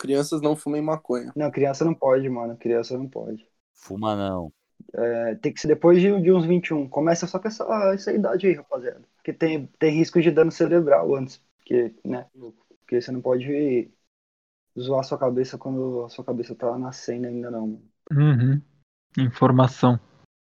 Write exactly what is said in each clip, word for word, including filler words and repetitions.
Crianças não fumem maconha. Não, criança não pode, mano. Criança não pode. Fuma não. É, tem que ser depois de, de uns vinte e um. Começa só com essa, essa idade aí, rapaziada. Porque tem, tem risco de dano cerebral antes. Porque, né? Porque você não pode zoar sua cabeça quando a sua cabeça tá nascendo ainda, não, mano. Uhum. Informação.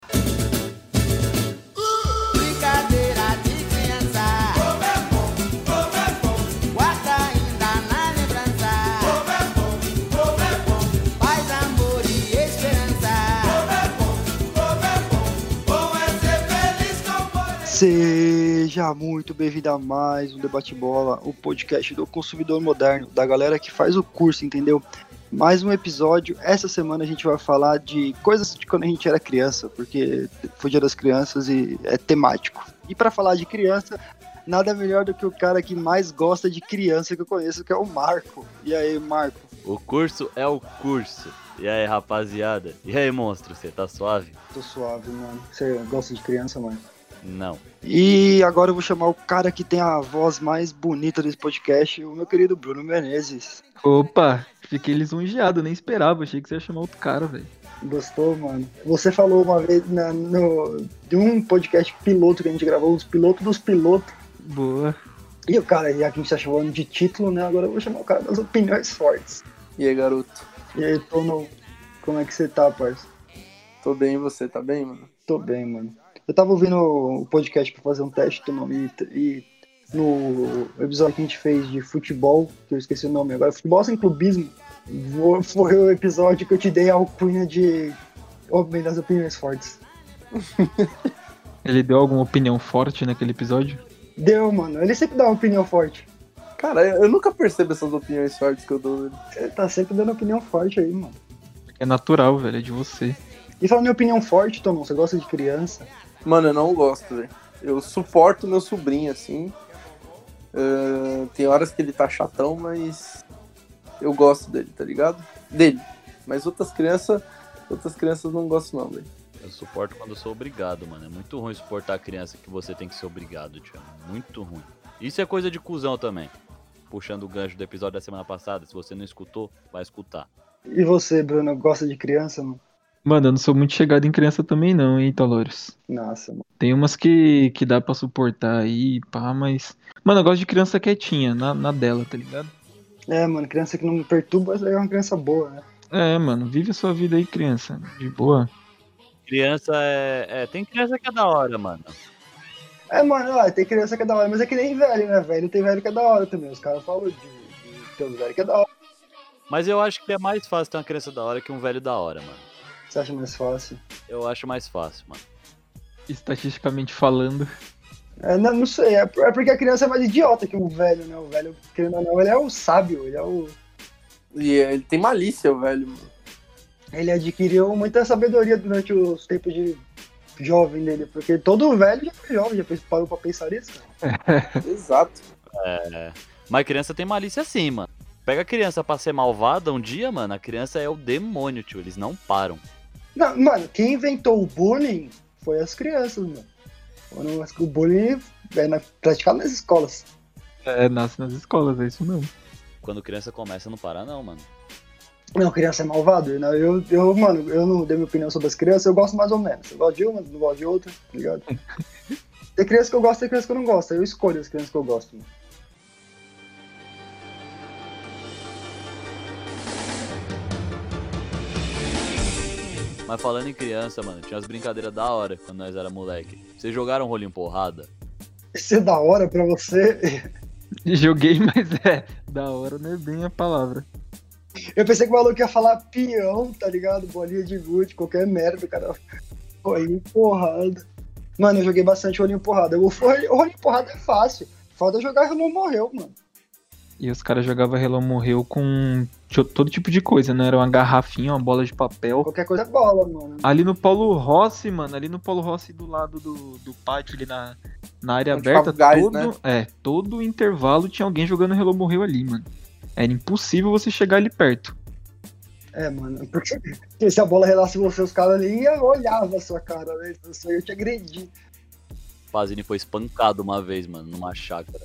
Brincadeira de criança. Como é bom, como é bom. Guarda ainda na lembrança. Como é bom, como é bom. Paz, amor e esperança. Como é bom, como é bom. Bom é ser feliz com você. Seja muito bem-vindo a mais um Debate Bola, o podcast do consumidor moderno, da galera que faz o curso, entendeu? Mais um episódio. Essa semana a gente vai falar de coisas de quando a gente era criança, porque foi Dia das Crianças e é temático. E para falar de criança, nada melhor do que o cara que mais gosta de criança que eu conheço, que é o Marco. E aí, Marco? O curso é o curso. E aí, rapaziada? E aí, monstro, você tá suave? Tô suave, mano. Você gosta de criança, mano? Não. E agora eu vou chamar o cara que tem a voz mais bonita desse podcast, o meu querido Bruno Menezes. Opa, fiquei lisonjeado, nem esperava. Achei que você ia chamar outro cara, velho. Gostou, mano? Você falou uma vez na, no, de um podcast piloto que a gente gravou, os pilotos dos pilotos. Boa. E o cara, já que a gente tá chamando de título, né? Agora eu vou chamar o cara das opiniões fortes. E aí, garoto? E aí, Tono, como é que você tá, parça? Tô bem, e você tá bem, mano? Tô bem, mano. Eu tava ouvindo o podcast pra fazer um teste, Tono, e, e no episódio que a gente fez de futebol, que eu esqueci o nome agora, futebol sem clubismo, foi o episódio que eu te dei a alcunha de homem das opiniões fortes. Ele deu alguma opinião forte naquele episódio? Deu, mano. Ele sempre dá uma opinião forte. Cara, eu nunca percebo essas opiniões fortes que eu dou. Velho. Ele tá sempre dando opinião forte aí, mano. É natural, velho, é de você. E falando em opinião forte, Tomão, você gosta de criança? Mano, eu não gosto, velho. Eu suporto meu sobrinho, assim. Uh, tem horas que ele tá chatão, mas eu gosto dele, tá ligado? Dele. Mas outras crianças, outras crianças não gostam não, velho. Eu suporto quando eu sou obrigado, mano. É muito ruim suportar a criança que você tem que ser obrigado, tio. Muito ruim. Isso é coisa de cuzão também. Puxando o gancho do episódio da semana passada. Se você não escutou, vai escutar. E você, Bruno, gosta de criança, mano? Mano, eu não sou muito chegado em criança também não, hein, Talores? Nossa, mano. Tem umas que, que dá pra suportar aí, pá, mas... Mano, eu gosto de criança quietinha, na, na dela, tá ligado? É, mano, criança que não me perturba é uma criança boa, né? É, mano, vive a sua vida aí, criança, de boa. Criança é... é... Tem criança que é da hora, mano. É, mano, ó, tem criança que é da hora, mas é que nem velho, né? Velho tem velho que é da hora também. Os caras falam de, de ter um velho que é da hora. Mas eu acho que é mais fácil ter uma criança da hora que um velho da hora, mano. Você acha mais fácil? Eu acho mais fácil, mano. Estatisticamente falando. É, não, não sei, é, é porque a criança é mais idiota que o velho, né? O velho, querendo ou não, ele é o sábio, ele é o... E ele tem malícia, o velho, mano. Ele adquiriu muita sabedoria durante os tempos de jovem dele, porque todo velho já foi jovem, já parou pra pensar nisso, cara. Exato. É... Mas criança tem malícia sim, mano. Pega a criança pra ser malvada um dia, mano, a criança é o demônio, tio. Eles não param. Não, mano, quem inventou o bullying foi as crianças, mano. Quando o bullying é na, praticado nas escolas. É, nasce nas escolas, é isso mesmo. Quando criança começa, não para não, mano. Não, criança é malvado. Não, eu, eu, mano, eu não dei minha opinião sobre as crianças, eu gosto mais ou menos. Eu gosto de uma, não gosto de outra, tá ligado? Tem criança que eu gosto, tem criança que eu não gosto. Eu escolho as crianças que eu gosto, mano. Mas falando em criança, mano, tinha umas brincadeiras da hora quando nós era moleque. Vocês jogaram rolinho porrada? Isso é da hora pra você. Joguei, mas é, da hora não é bem a palavra. Eu pensei que o maluco ia falar peão, tá ligado? Bolinha de gude, qualquer merda, cara. Rolinho porrada. Mano, eu joguei bastante rolinho porrada. O rolinho porrada é fácil. Falta jogar Hello Morreu, mano. E os caras jogavam Hello Morreu com todo tipo de coisa, né? Era uma garrafinha, uma bola de papel. Qualquer coisa é bola, mano. Ali no Paulo Rossi, mano, ali no Paulo Rossi do lado do, do pátio, ali na, na área Onde aberta, gás, todo, né? é, todo intervalo tinha alguém jogando Hello Morreu ali, mano. Era impossível você chegar ali perto. É, mano, porque se a bola relasse você, os caras ali olhavam a sua cara, né? Isso aí eu te agredi. Pazini foi espancado uma vez, mano, numa chácara.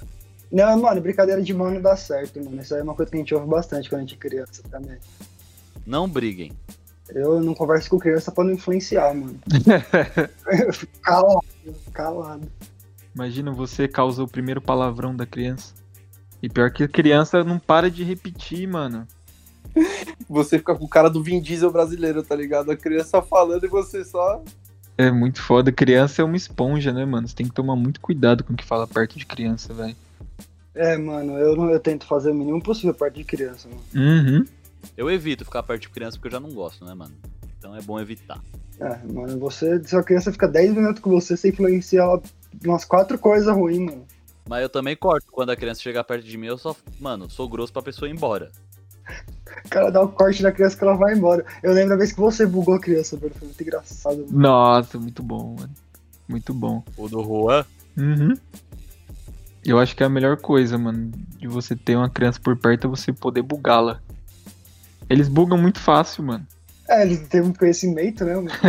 Não, mano, brincadeira de mão não dá certo, mano. Isso aí é uma coisa que a gente ouve bastante quando a gente é criança também. Não briguem. Eu não converso com criança pra não influenciar, mano. Eu fico calado, calado. Imagina você causa o primeiro palavrão da criança. E pior que a criança não para de repetir, mano. Você fica com o cara do Vin Diesel brasileiro, tá ligado? A criança falando e você só... É muito foda. Criança é uma esponja, né, mano? Você tem que tomar muito cuidado com o que fala perto de criança, velho. É, mano, eu, não, eu tento fazer o mínimo possível perto de criança, mano. Uhum. Eu evito ficar perto de criança porque eu já não gosto, né, mano? Então é bom evitar. É, mano, você, se a criança fica dez minutos com você, você influencia ela umas quatro coisas ruins, mano. Mas eu também corto. Quando a criança chegar perto de mim, eu só, mano, sou grosso pra pessoa ir embora. O cara dá um corte na criança que ela vai embora. Eu lembro da vez que você bugou a criança, velho. Foi muito engraçado, mano. Nossa, muito bom, mano. Muito bom. O do Juan. Uhum. Eu acho que é a melhor coisa, mano, de você ter uma criança por perto é você poder bugá-la. Eles bugam muito fácil, mano. É, ele teve um conhecimento, né, mano?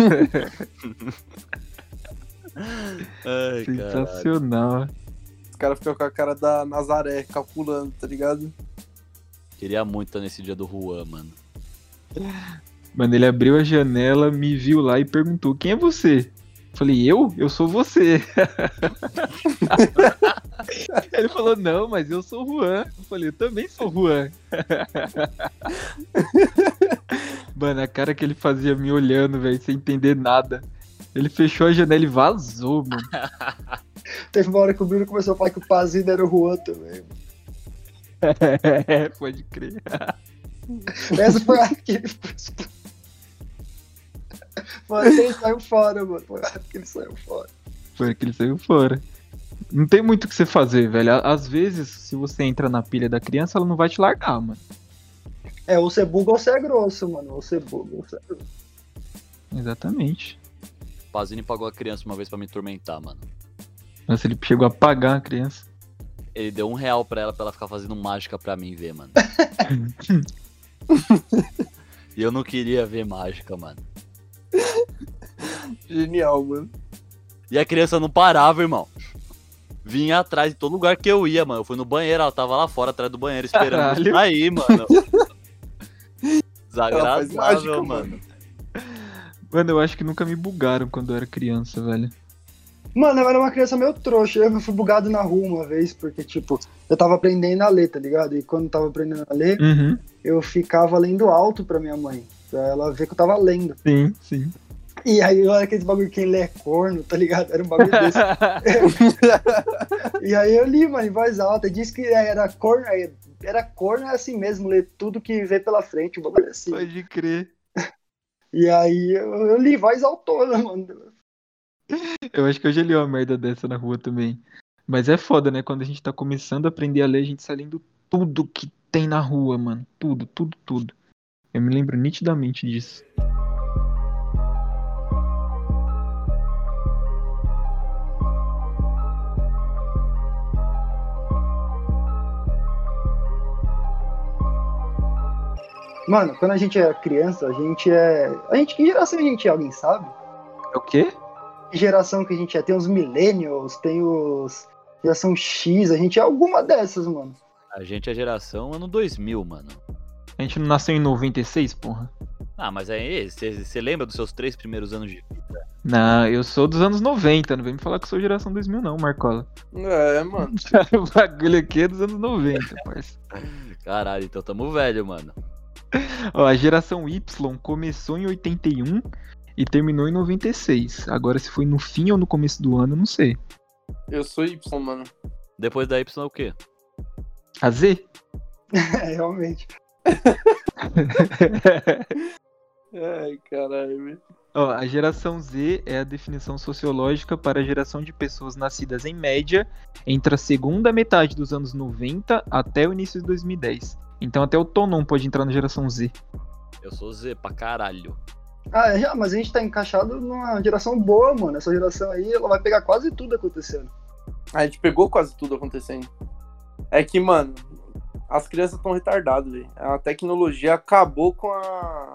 Ai, caralho. Sensacional. Os caras ficam com a cara da Nazaré calculando, tá ligado? Queria muito estar nesse dia do Juan, mano. Mano, ele abriu a janela, me viu lá e perguntou: quem é você? Falei: eu? Eu sou você. Ele falou: não, mas eu sou o Juan. Eu falei: eu também sou o Juan. Mano, a cara que ele fazia me olhando, velho, sem entender nada. Ele fechou a janela e vazou, mano. Teve uma hora que o Bruno começou a falar que o Pazino era o Juan também, mano. É, pode crer. Essa foi a que ele Mano, ele saiu fora, mano. Foi a que ele saiu fora. Foi que ele saiu fora. Não tem muito o que você fazer, velho. Às vezes, se você entra na pilha da criança, ela não vai te largar, mano. É, ou você buga ou você é grosso, mano. Ou você buga ou você é grosso. Exatamente. O Pazini pagou a criança uma vez pra me tormentar, mano. Nossa, ele chegou a pagar a criança. Ele deu um real pra ela pra ela ficar fazendo mágica pra mim ver, mano. E eu não queria ver mágica, mano. Genial, mano. E a criança não parava, irmão. Vinha atrás de todo lugar que eu ia, mano. Eu fui no banheiro, ela tava lá fora, atrás do banheiro, esperando eu sair, mano. Desagradável, mágica, mano. mano. Mano, eu acho que nunca me bugaram quando eu era criança, velho. Mano, eu era uma criança meio trouxa. Eu fui bugado na rua uma vez, porque, tipo, eu tava aprendendo a ler, tá ligado? E quando eu tava aprendendo a ler, Uhum. eu ficava lendo alto pra minha mãe. Pra ela ver que eu tava lendo. Sim, sim. E aí, olha aquele bagulho, quem lê é corno, tá ligado? Era um bagulho desse. E aí eu li, mano, em voz alta. Disse que era corno, era corno, é assim mesmo, ler tudo que vê pela frente, um bagulho assim. Pode crer. E aí eu, eu li em voz autona, mano. Eu acho que eu já li uma merda dessa na rua também. Mas é foda, né? Quando a gente tá começando a aprender a ler, a gente sai lendo tudo que tem na rua, mano. Tudo, tudo, tudo. Eu me lembro nitidamente disso. Mano, quando a gente é criança, a gente é... A gente, que geração a gente é? Alguém sabe? É o quê? Que geração que a gente é? Tem os millennials, tem os... Geração X, a gente é alguma dessas, mano. A gente é geração ano dois mil, mano. A gente não nasceu em noventa e seis, porra? Ah, mas aí, você lembra dos seus três primeiros anos de vida? Não, eu sou dos anos noventa. Não vem me falar que eu sou geração dois mil não, Marcola. É, mano. O bagulho aqui é dos anos noventa, parça. Caralho, então tamo velho, mano. Ó, a geração Y começou em oitenta e um e terminou em noventa e seis. Agora, se foi no fim ou no começo do ano, eu não sei. Eu sou Y, mano. Depois da Y é o quê? A Z? É, realmente. Ai, caralho, velho. Ó, a geração Z é a definição sociológica para a geração de pessoas nascidas em média entre a segunda metade dos anos noventa até o início de dois mil e dez. Então até o Tonon pode entrar na geração Z. Eu sou Z pra caralho. Ah, é, mas a gente tá encaixado numa geração boa, mano. Essa geração aí, ela vai pegar quase tudo acontecendo. A gente pegou quase tudo acontecendo. É que, mano, as crianças estão retardadas, velho. A tecnologia acabou com a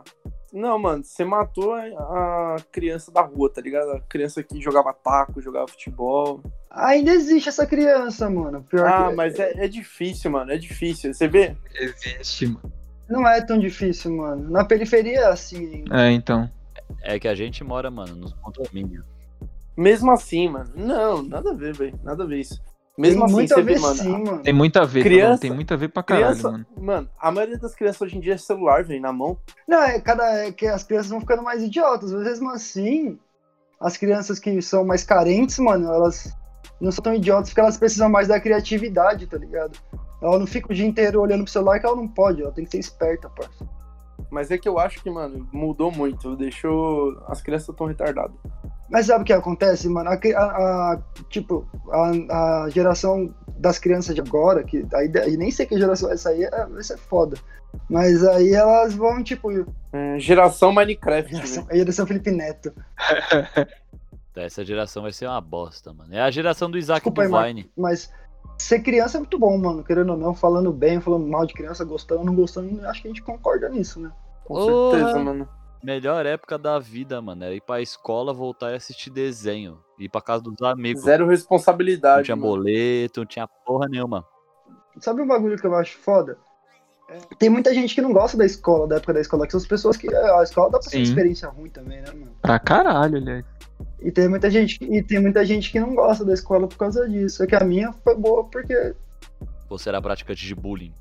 Não, mano, você matou a criança da rua, tá ligado? A criança que jogava taco, jogava futebol. Ainda existe essa criança, mano. Pior Ah, que mas é, é difícil, mano, é difícil. Você vê? Existe, mano. não é tão difícil, mano. Na periferia é assim. É, então. É que a gente mora, mano, nos condomínios. Mesmo assim, mano. Não, nada a ver, velho. Nada a ver isso. Mesmo Tem assim, muito você a ver vê, mano. sim, mano. Tem muito a ver, Criança- Criança, tem muito a ver pra caralho, Criança, mano. mano, a maioria das crianças hoje em dia é celular, velho, na mão. Não, é cada é que as crianças vão ficando mais idiotas, mas mesmo assim, as crianças que são mais carentes, mano, elas não são tão idiotas porque elas precisam mais da criatividade, tá ligado? Ela não fica o dia inteiro olhando pro celular que ela não pode, ela tem que ser esperta, parça. Mas é que eu acho que, mano, mudou muito. Deixou. As crianças tão retardadas. Mas sabe o que acontece, mano? A, cri- a- a- tipo, a, a geração das crianças de agora, que aí, aí nem sei que geração vai sair, é, vai ser foda. Mas aí elas vão, tipo, É, geração Minecraft, geração, velho. a geração Felipe Neto. Essa geração vai ser uma bosta, mano. É a geração do Isaac Desculpa aí, do Marco. Vine. Mas ser criança é muito bom, mano. Querendo ou não, falando bem, falando mal de criança, gostando ou não gostando, acho que a gente concorda nisso, né? Com Porra. certeza, mano. Melhor época da vida, mano. Era ir pra escola, voltar e assistir desenho. Ir pra casa dos amigos. Zero Não responsabilidade, tinha mano. boleto, não tinha porra nenhuma. Sabe um bagulho que eu acho foda? É, tem muita gente que não gosta da escola, da época da escola, que são as pessoas que. A escola dá pra ser uma Sim. experiência ruim também, né, mano? Pra caralho, aliás. E tem muita gente, e tem muita gente que não gosta da escola por causa disso. É que a minha foi boa porque. Você era praticante de bullying.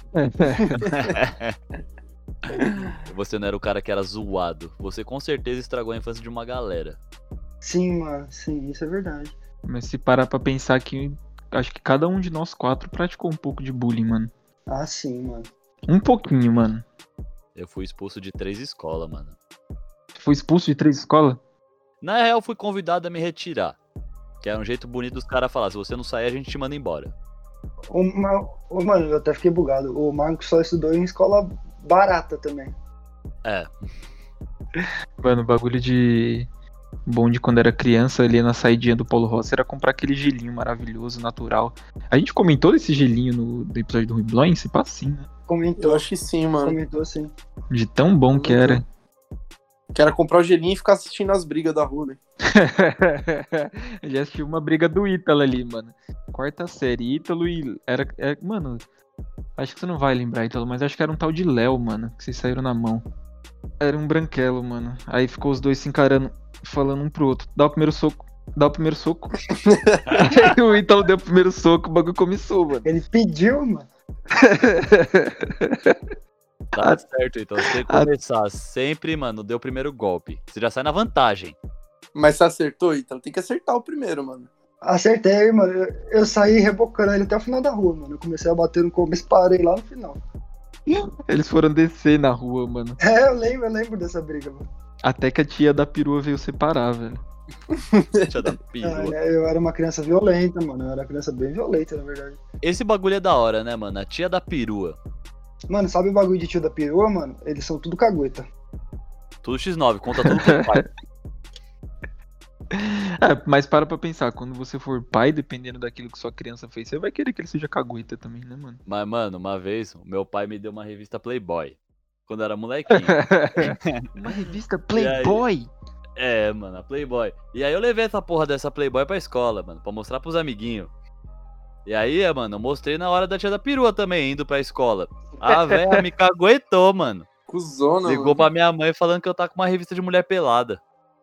Você não era o cara que era zoado. Você com certeza estragou a infância de uma galera. Sim, mano, sim, isso é verdade. Mas se parar pra pensar que acho que cada um de nós quatro praticou um pouco de bullying, mano. Ah, sim, mano. Um pouquinho, mano. Eu fui expulso de três escolas, mano. Foi expulso de três escolas? Na real, eu fui convidado a me retirar. Que era um jeito bonito dos caras falar: se você não sair, a gente te manda embora. O, Ma- o- mano, eu até fiquei bugado. O Marcos só estudou em escola barata também. É, Mano, o bagulho de bom de quando era criança ali na saidinha do Paulo Rossi era comprar aquele gelinho maravilhoso, natural. A gente comentou desse gelinho no, no episódio do Rui Blon, se passa assim, né? Comentou, Eu acho que sim, mano. comentou sim. De tão bom que era. Que era comprar o gelinho e ficar assistindo as brigas da rua, né? Eu já assisti uma briga do Ítalo ali, mano. Quarta série, Ítalo e. Era, era- Mano, acho que você não vai lembrar, Ítalo, mas acho que era um tal de Léo, mano, que vocês saíram na mão. Era um branquelo, mano. Aí ficou os dois se encarando, falando um pro outro. Dá o primeiro soco, dá o primeiro soco. Aí o Ítalo deu o primeiro soco, o bagulho começou, mano. Ele pediu, mano. tá certo, então você tem que começar sempre, mano, deu o primeiro golpe. Você já sai na vantagem. Mas você acertou, então tem que acertar o primeiro, mano. Acertei, mano. Eu, eu saí rebocando ele até o final da rua, mano. Eu comecei a bater no começo, parei lá no final. Eles foram descer na rua, mano. É, eu lembro, eu lembro dessa briga, mano. Até que a tia da perua veio separar, velho. Deixa dar Ah, perua. né, eu era uma criança violenta, mano. Eu era uma criança bem violenta, na verdade. Esse bagulho é da hora, né, mano? A tia da perua. Mano, sabe o bagulho de tio da perua, mano? Eles são tudo cagueta. Tudo xis nove, conta tudo pro pai. É, mas para pra pensar, quando você for pai, dependendo daquilo que sua criança fez, você vai querer que ele seja cagueta também, né, mano? Mas, mano, uma vez, o meu pai me deu uma revista Playboy. Quando eu era molequinho. Uma revista Playboy? É, mano, a Playboy. E aí eu levei essa porra dessa Playboy pra escola, mano, pra mostrar pros amiguinhos. E aí, mano, eu mostrei na hora da tia da perua também, indo pra escola. A velha me caguetou, mano. Cusona, Ligou mano. pra minha mãe falando que eu tava com uma revista de mulher pelada.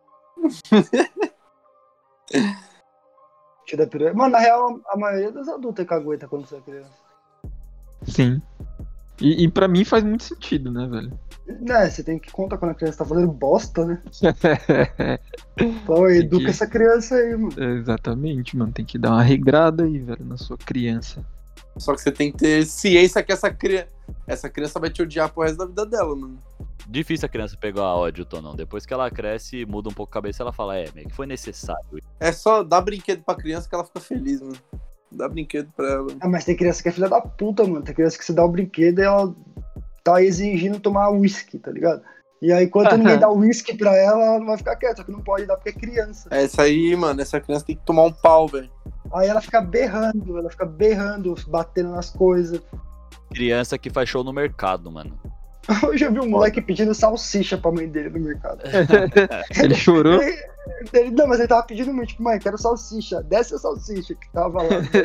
Tio da perua. Mano, na real, a maioria dos adultos é cagueta quando você é criança. Sim. E, e pra mim faz muito sentido, né, velho? Né, você tem que contar quando a criança tá fazendo bosta, né? Então, educa que- essa criança aí, mano. É, exatamente, mano. Tem que dar uma regrada aí, velho, na sua criança. Só que você tem que ter ciência que essa criança, essa criança vai te odiar pro resto da vida dela, mano. Difícil a criança pegar ódio, Tonão. Depois que ela cresce, muda um pouco a cabeça, ela fala, é, meio que foi necessário. É só dar brinquedo pra criança que ela fica feliz, mano. Dá brinquedo pra ela. Ah, mas tem criança que é filha da puta, mano. Tem criança que você dá o brinquedo e ela tá exigindo tomar uísque, tá ligado? E aí, quando ninguém dá uísque pra ela, ela não vai ficar quieta, só que não pode dar porque é criança. Essa aí, mano, essa criança tem que tomar um pau, velho. Aí ela fica berrando, ela fica berrando, batendo nas coisas. Criança que faz show no mercado, mano. Hoje eu vi um moleque pedindo salsicha pra mãe dele no mercado. Ele chorou. Ele, ele- não, mas ele tava pedindo muito, tipo, mãe, quero salsicha, desce a salsicha que tava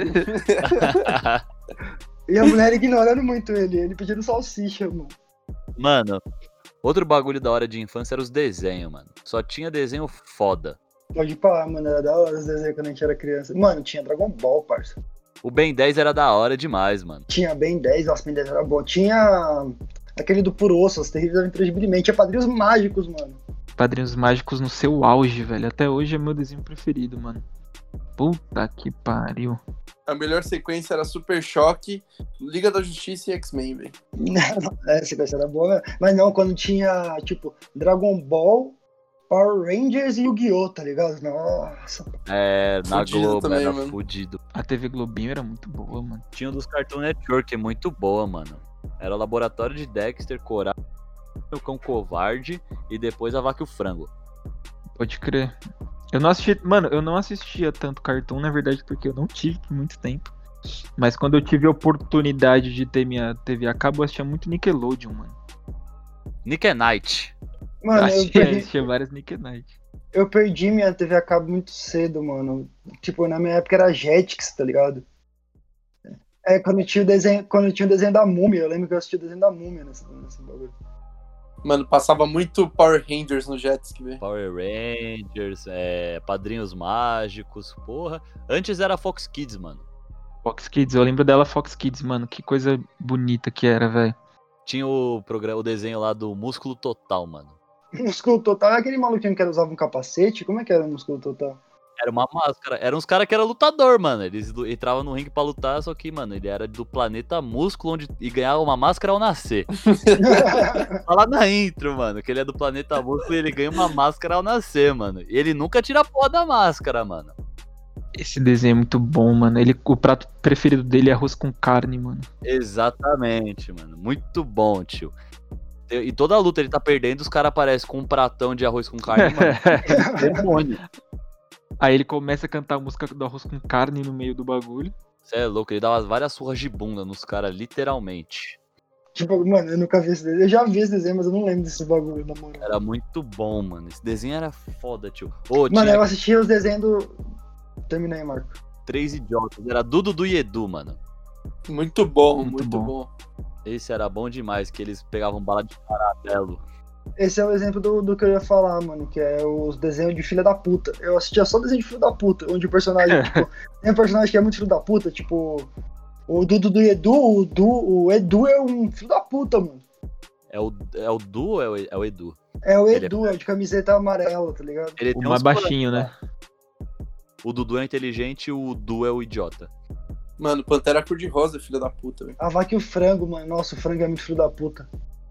lá. E a mulher ignorando muito ele, ele pedindo salsicha, mano. Mano, outro bagulho da hora de infância era os desenhos, mano. Só tinha desenho foda. Pode falar, mano, era da hora os desenhos quando a gente era criança. Mano, tinha Dragon Ball, parça. O Ben dez era da hora demais, mano. Tinha Ben dez, nossa, Ben dez era bom. Tinha aquele do Puro Osso, As Terríveis Aventuras de Billy. Tinha Padrinhos Mágicos, mano. Padrinhos Mágicos no seu auge, velho. Até hoje é meu desenho preferido, mano. Puta que pariu. A melhor sequência era Super Choque, Liga da Justiça e X-Men, velho. É, essa sequência era boa, né? Mas não, quando tinha, tipo, Dragon Ball, Power Rangers e Yu-Gi-Oh!, tá ligado? Nossa. É, na Fudido Globo também, era mano. fudido. A T V Globinho era muito boa, mano. Tinha um dos Cartoon Network, muito boa, mano. Era o Laboratório de Dexter, Coragem, o Cão Covarde e depois a Vaca e o Frango. Pode crer. Eu não assisti, mano, eu não assistia tanto Cartoon, na verdade, porque eu não tive por muito tempo. Mas quando eu tive a oportunidade de ter minha T V a cabo, eu assistia muito Nickelodeon, mano. Nick and Night. Mano, eu Assistia, perdi, assistia várias Nick Night. eu perdi minha T V a cabo muito cedo, mano. Tipo, na minha época era Jetix, tá ligado? É, quando tinha o desenho, quando tinha o desenho da Múmia, eu lembro que eu assistia o desenho da Múmia nesse, nesse bagulho. Mano, passava muito Power Rangers no Jetski, velho. Power Rangers, é, Padrinhos Mágicos, porra. Antes era Fox Kids, mano. Fox Kids, eu lembro dela Fox Kids, mano. Que coisa bonita que era, velho. Tinha o, programa, o desenho lá do Músculo Total, mano. Músculo Total é aquele maluquinho que era, usava um capacete? Como é que era o Músculo Total? Era uma máscara. Eram uns caras que eram lutador, mano. Eles lu- entravam no ringue pra lutar, só que, mano, ele era do planeta Músculo onde, e ganhava uma máscara ao nascer. Fala na intro, mano, que ele é do planeta Músculo e ele ganha uma máscara ao nascer, mano. E ele nunca tira a porra da máscara, mano. Esse desenho é muito bom, mano. Ele, o prato preferido dele é arroz com carne, mano. Exatamente, mano. Muito bom, tio. E e toda luta ele tá perdendo, os caras aparecem com um pratão de arroz com carne, mano. Demônio. Aí ele começa a cantar a música do arroz com carne no meio do bagulho. Você é louco, ele dava várias surras de bunda nos caras, literalmente. Tipo, mano, eu nunca vi esse desenho. Eu já vi esse desenho, mas eu não lembro desse bagulho, na moral. Era muito bom, mano. Esse desenho era foda, tio. Ô, Mano, tinha eu assistia os desenhos do... Terminei, Marco. três idiotas. Era Dudu do e Edu, mano. Muito bom, Muito muito, bom. bom. Esse era bom demais, que eles pegavam bala de caramelo. Esse é o exemplo do, do que eu ia falar, mano, que é os desenhos de filha da puta. Eu assistia só desenho de filho da puta, onde o personagem, tipo, tem um personagem que é muito filho da puta, tipo, o Dudu do Edu, o, Du, o Edu é um filho da puta, mano. É o, é o Du ou é o, é o Edu? É o Ele é- Edu, é de camiseta amarela, tá ligado? Ele O tem mais uns baixinho, né? O Dudu é inteligente e o Du é o idiota. Mano, Pantera Cor-de-Rosa, filha da puta, velho. A vaca e o frango, mano. Nossa, o frango é muito filho da puta.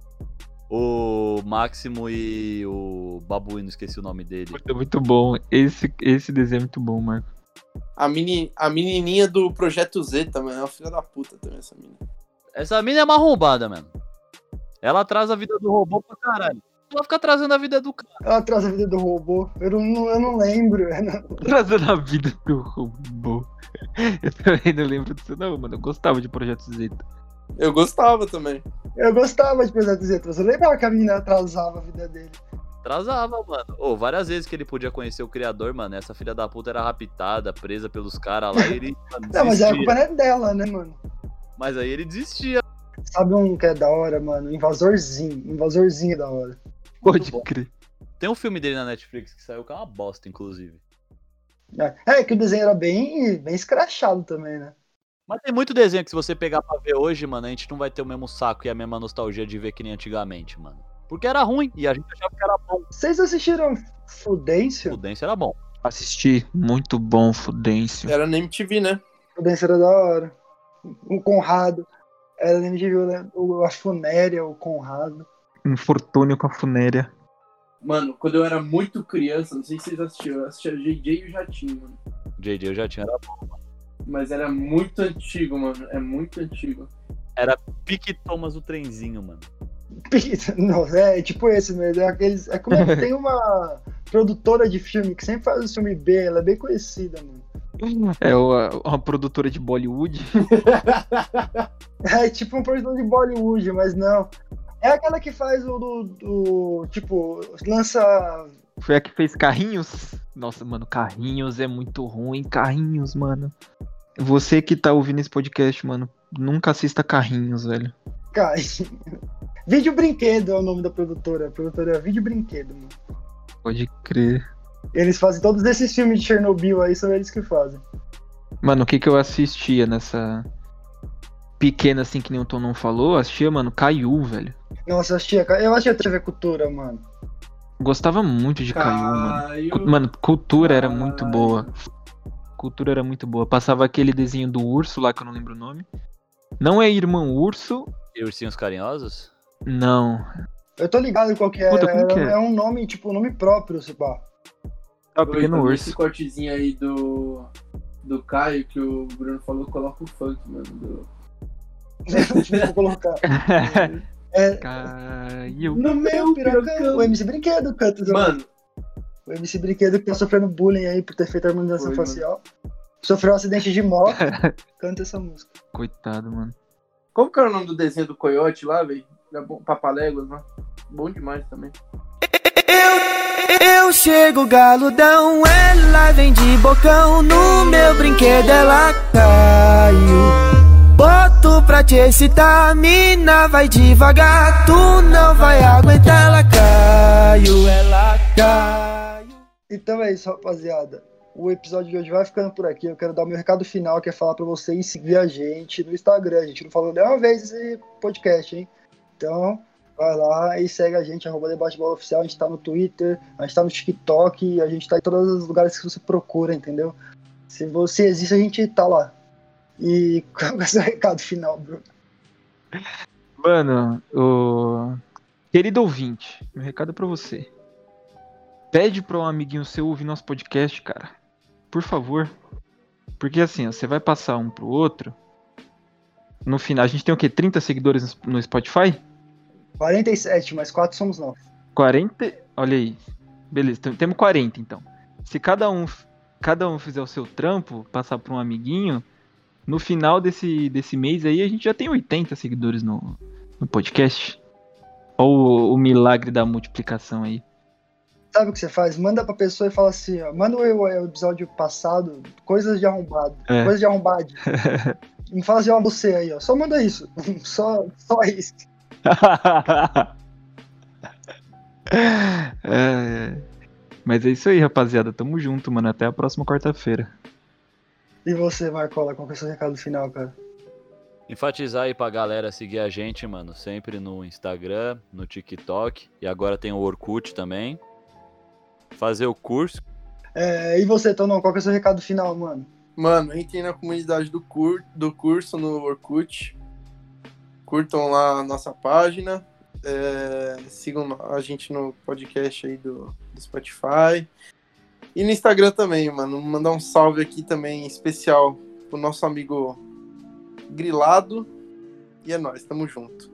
O Máximo e o Babuíno, esqueci o nome dele. Muito, muito bom. Esse, esse desenho é muito bom, Marco. A, meni, a menininha do Projeto Z também, é uma filha da puta também, essa menina. Essa mina é uma arrombada, mano. Ela atrasa a vida do robô pra caralho. Ela fica atrasando a vida do cara. Ela traz a vida do robô. Eu não, eu não lembro. Eu, não- Trazendo a vida do robô. Eu também não lembro disso, não, mano. Eu gostava de Projeto Zeta. Eu gostava também. eu gostava de Projeto Z. Eu lembrava que a menina atrasava a vida dele. Atrasava, mano. Ô, várias vezes que ele podia conhecer o criador, mano, essa filha da puta era raptada, presa pelos caras lá e ele, mano, Não, mas a desistia. culpa não é dela, né, mano? Mas aí ele desistia. Sabe um que é da hora, mano? Invasorzinho. Invasorzinho é da hora. Pode bom. crer. Tem um filme dele na Netflix que saiu que é uma bosta, inclusive. É que o desenho era bem, bem escrachado também, né? Mas tem muito desenho que se você pegar pra ver hoje, mano, a gente não vai ter o mesmo saco e a mesma nostalgia de ver que nem antigamente, mano. Porque era ruim e a gente achava que era bom. Vocês assistiram Fudêncio? O Dance era bom. Assisti. Muito bom, Fudêncio. Era na M T V, né? Fudêncio era da hora. O Conrado. Era na M T V, né? O- a Funéria, o Conrado. Infortúnio com a funéria. Mano, quando eu era muito criança, não sei se vocês assistiram, eu assistia J J e o Jatinho, mano. J J eu já tinha. Era bom. Mas era muito antigo, mano. É muito antigo. Pique Thomas o trenzinho, mano. Não, é tipo esse mesmo. É, aqueles, é como é que tem uma produtora de filme que sempre faz o filme B, ela é bem conhecida, mano. É uma, uma produtora de Bollywood. É tipo um produtor de Bollywood, mas não. É aquela que faz o do, do- tipo, lança... Foi a que fez Carrinhos? Nossa, mano, Carrinhos é muito ruim. Carrinhos, mano. Você que tá ouvindo esse podcast, mano, nunca assista Carrinhos, velho. Cara, Vídeo Brinquedo é o nome da produtora. A produtora é Vídeo Brinquedo, mano. Pode crer. Eles fazem todos esses filmes de Chernobyl aí, são eles que fazem. Mano, o que que eu assistia nessa pequena, assim, que nem o Tom não falou? Assistia, mano, Caiu, velho. Nossa, eu assistia, eu assistia T V Cultura, mano. Gostava muito de Caiu, mano. Caiu. Cu- Mano, Cultura era Caiu. muito boa. Cultura era muito boa. Passava aquele desenho do urso lá, que eu não lembro o nome. Não é Irmão Urso? E Ursinhos Carinhosos? Não. Eu tô ligado qual que é. Puta, como que é? É um nome, tipo, um nome próprio, se pá. É o Pequeno Oi, Urso. Esse cortezinho aí do, do Caio que o Bruno falou, coloca o funk, mano. Do... Vou colocar. É, Caiu. no meu pirocão. pirocão. O M C Brinquedo canta. Mano, O M C Brinquedo que tá sofrendo bullying aí por ter feito a harmonização Foi, facial. Sofreu um acidente de moto. Canta essa música. Coitado, mano. como que era o nome do desenho do coiote lá, velho? Era bom- Papaléguas, né? Bom demais também. Eu chego galudão, ela vem de bocão, no meu brinquedo ela caiu. Boto pra te excitar, mina vai devagar, tu não vai aguentar, ela caiu, ela caiu. Então é isso, rapaziada. O episódio de hoje vai ficando por aqui. Eu quero dar o meu recado final, que é falar pra vocês seguir a gente no Instagram. A gente não falou nenhuma vez esse podcast, hein? Então, vai lá e segue a gente, arroba Debate Bola Oficial. A gente tá no Twitter, a gente tá no TikTok, a gente tá em todos os lugares que você procura, entendeu? Se você existe, a gente tá lá. E qual é o seu recado final, Bruno? Mano, o... querido ouvinte, meu recado é pra você. Pede pra um amiguinho seu ouvir nosso podcast, cara. Por favor. Porque assim, ó, você vai passar um pro outro. No final, a gente tem o quê? trinta seguidores no no Spotify? quarenta e sete, mas quatro somos nós. quarenta? Olha aí. Beleza, tem- temos quarenta então. Se cada um, cada um fizer o seu trampo, passar pra um amiguinho, no final desse, desse mês aí a gente já tem oitenta seguidores no, no podcast. Olha o, o milagre da multiplicação aí. Sabe o que você faz? Manda pra pessoa e fala assim, ó. Manda o, o episódio passado, coisas de arrombado. É. Coisas de arrombado. Não fala assim, ó, você aí, ó. Só manda isso. Só, só isso. É, mas é isso aí, rapaziada. Tamo junto, mano. Até a próxima quarta-feira. E você, Marcola, qual que é o seu recado final, cara? Enfatizar aí pra galera seguir a gente, mano, sempre no Instagram, no TikTok, e agora tem o Orkut também. Fazer o curso. É, e você, Tonão, qual que é o seu recado final, mano? Mano, entrem na comunidade do, cur... do curso no Orkut. Curtam lá a nossa página. É, sigam a gente no podcast aí do, do Spotify. E no Instagram também, mano. Mandar um salve aqui também especial pro nosso amigo Grilado. E é nóis, tamo junto.